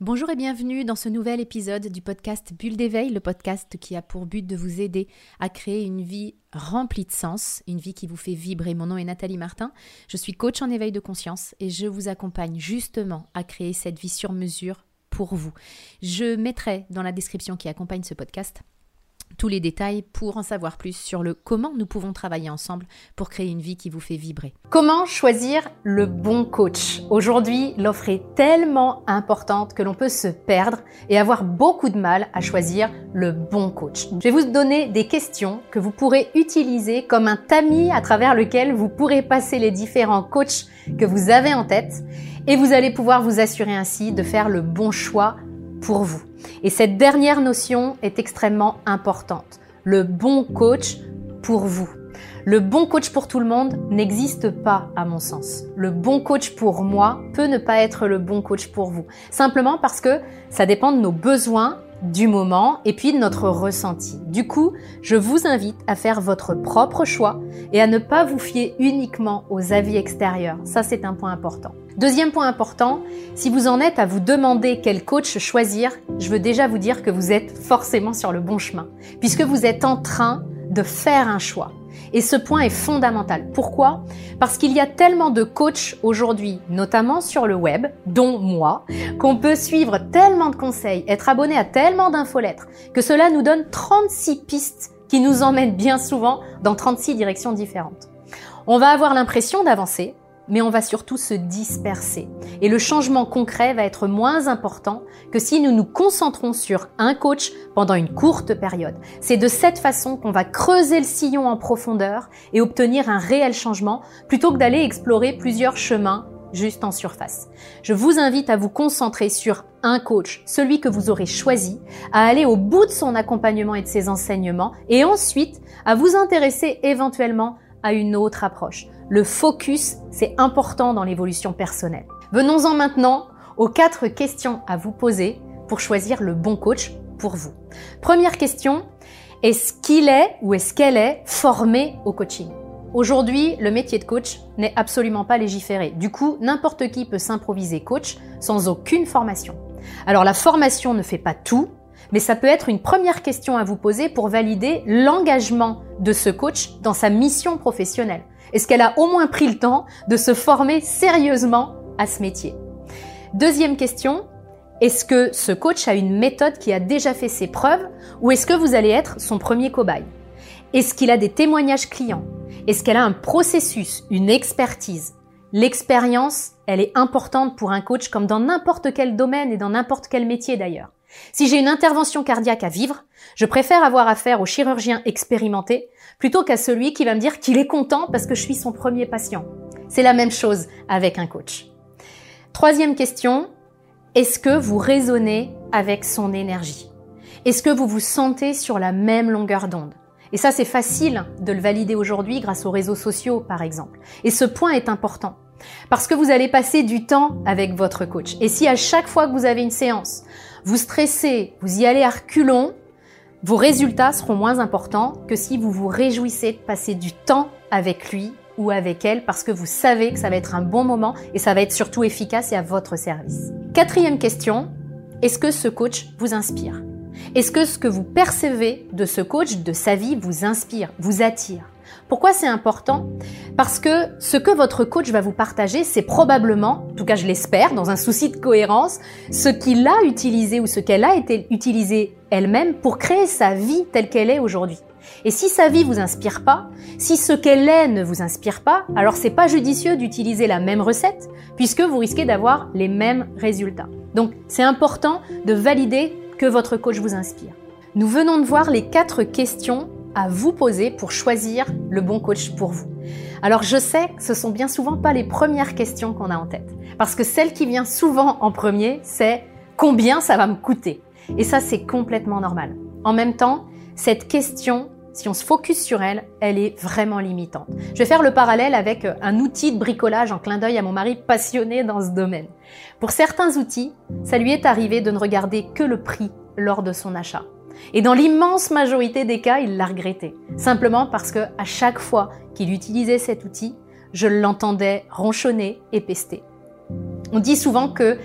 Bonjour et bienvenue dans ce nouvel épisode du podcast Bulle d'éveil, le podcast qui a pour but de vous aider à créer une vie remplie de sens, une vie qui vous fait vibrer. Mon nom est Nathalie Martin, je suis coach en éveil de conscience et je vous accompagne justement à créer cette vie sur mesure pour vous. Je mettrai dans la description qui accompagne ce podcast tous les détails pour en savoir plus sur le comment nous pouvons travailler ensemble pour créer une vie qui vous fait vibrer. Comment choisir le bon coach ? Aujourd'hui, l'offre est tellement importante que l'on peut se perdre et avoir beaucoup de mal à choisir le bon coach. Je vais vous donner des questions que vous pourrez utiliser comme un tamis à travers lequel vous pourrez passer les différents coachs que vous avez en tête et vous allez pouvoir vous assurer ainsi de faire le bon choix pour vous. Et cette dernière notion est extrêmement importante. Le bon coach pour vous. Le bon coach pour tout le monde n'existe pas à mon sens. Le bon coach pour moi peut ne pas être le bon coach pour vous. Simplement parce que ça dépend de nos besoins du moment et puis de notre ressenti. Du coup, je vous invite à faire votre propre choix et à ne pas vous fier uniquement aux avis extérieurs. Ça, c'est un point important. Deuxième point important, si vous en êtes à vous demander quel coach choisir, je veux déjà vous dire que vous êtes forcément sur le bon chemin, puisque vous êtes en train de faire un choix. Et ce point est fondamental. Pourquoi ? Parce qu'il y a tellement de coachs aujourd'hui, notamment sur le web, dont moi, qu'on peut suivre tellement de conseils, être abonné à tellement d'infolettres, que cela nous donne 36 pistes qui nous emmènent bien souvent dans 36 directions différentes. On va avoir l'impression d'avancer, mais on va surtout se disperser. Et le changement concret va être moins important que si nous nous concentrons sur un coach pendant une courte période. C'est de cette façon qu'on va creuser le sillon en profondeur et obtenir un réel changement plutôt que d'aller explorer plusieurs chemins juste en surface. Je vous invite à vous concentrer sur un coach, celui que vous aurez choisi, à aller au bout de son accompagnement et de ses enseignements et ensuite à vous intéresser éventuellement à une autre approche. Le focus, c'est important dans l'évolution personnelle. Venons-en maintenant aux 4 questions à vous poser pour choisir le bon coach pour vous. Première question, est-ce qu'il est ou est-ce qu'elle est formée au coaching ? Aujourd'hui, le métier de coach n'est absolument pas légiféré. Du coup, n'importe qui peut s'improviser coach sans aucune formation. Alors la formation ne fait pas tout, mais ça peut être une première question à vous poser pour valider l'engagement de ce coach dans sa mission professionnelle. Est-ce qu'elle a au moins pris le temps de se former sérieusement à ce métier ? Deuxième question, est-ce que ce coach a une méthode qui a déjà fait ses preuves ou est-ce que vous allez être son premier cobaye ? Est-ce qu'il a des témoignages clients ? Est-ce qu'elle a un processus, une expertise ? L'expérience, elle est importante pour un coach comme dans n'importe quel domaine et dans n'importe quel métier d'ailleurs. Si j'ai une intervention cardiaque à vivre, je préfère avoir affaire au chirurgien expérimenté plutôt qu'à celui qui va me dire qu'il est content parce que je suis son premier patient. C'est la même chose avec un coach. Troisième question, est-ce que vous résonnez avec son énergie ? Est-ce que vous vous sentez sur la même longueur d'onde ? Et ça, c'est facile de le valider aujourd'hui grâce aux réseaux sociaux, par exemple. Et ce point est important parce que vous allez passer du temps avec votre coach. Et si à chaque fois que vous avez une séance, vous stressez, vous y allez à reculons, vos résultats seront moins importants que si vous vous réjouissez de passer du temps avec lui ou avec elle parce que vous savez que ça va être un bon moment et ça va être surtout efficace et à votre service. Quatrième question, est-ce que ce coach vous inspire ? Est-ce que ce que vous percevez de ce coach, de sa vie, vous inspire, vous attire ? Pourquoi c'est important ? Parce que ce que votre coach va vous partager, c'est probablement, en tout cas je l'espère, dans un souci de cohérence, ce qu'il a utilisé ou ce qu'elle a été utilisée elle-même pour créer sa vie telle qu'elle est aujourd'hui. Et si sa vie vous inspire pas, si ce qu'elle est ne vous inspire pas, alors c'est pas judicieux d'utiliser la même recette puisque vous risquez d'avoir les mêmes résultats. Donc c'est important de valider que votre coach vous inspire. Nous venons de voir les 4 questions à vous poser pour choisir le bon coach pour vous. Alors je sais que ce sont bien souvent pas les premières questions qu'on a en tête, parce que celle qui vient souvent en premier, c'est combien ça va me coûter ? Et ça, c'est complètement normal. En même temps, cette question, si on se focus sur elle, elle est vraiment limitante. Je vais faire le parallèle avec un outil de bricolage en clin d'œil à mon mari passionné dans ce domaine. Pour certains outils, ça lui est arrivé de ne regarder que le prix lors de son achat. Et dans l'immense majorité des cas, il l'a regretté. Simplement parce que à chaque fois qu'il utilisait cet outil, je l'entendais ronchonner et pester. On dit souvent que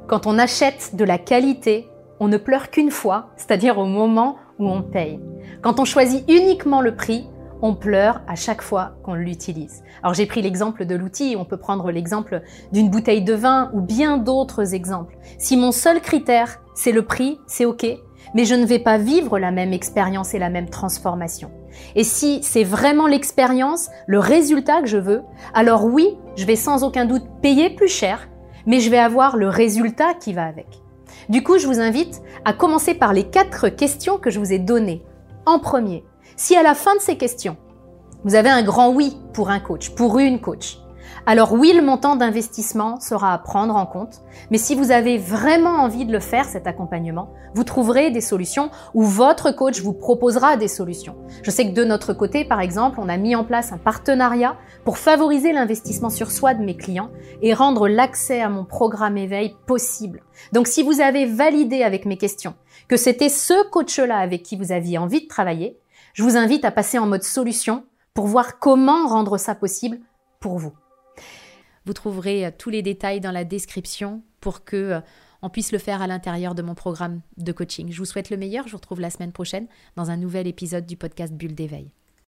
quand on achète de la qualité, on ne pleure qu'une fois, c'est-à-dire au moment où on paye. Quand on choisit uniquement le prix, on pleure à chaque fois qu'on l'utilise. Alors j'ai pris l'exemple de l'outil, on peut prendre l'exemple d'une bouteille de vin ou bien d'autres exemples. Si mon seul critère, c'est le prix, c'est OK, mais je ne vais pas vivre la même expérience et la même transformation. Et si c'est vraiment l'expérience, le résultat que je veux, alors oui, je vais sans aucun doute payer plus cher, mais je vais avoir le résultat qui va avec. Du coup, je vous invite à commencer par les 4 questions que je vous ai données. En premier, si à la fin de ces questions, vous avez un grand oui pour un coach, pour une coach, alors oui, le montant d'investissement sera à prendre en compte, mais si vous avez vraiment envie de le faire, cet accompagnement, vous trouverez des solutions ou votre coach vous proposera des solutions. Je sais que de notre côté, par exemple, on a mis en place un partenariat pour favoriser l'investissement sur soi de mes clients et rendre l'accès à mon programme éveil possible. Donc si vous avez validé avec mes questions que c'était ce coach-là avec qui vous aviez envie de travailler, je vous invite à passer en mode solution pour voir comment rendre ça possible pour vous. Vous trouverez tous les détails dans la description pour que on puisse le faire à l'intérieur de mon programme de coaching. Je vous souhaite le meilleur. Je vous retrouve la semaine prochaine dans un nouvel épisode du podcast Bulle d'éveil.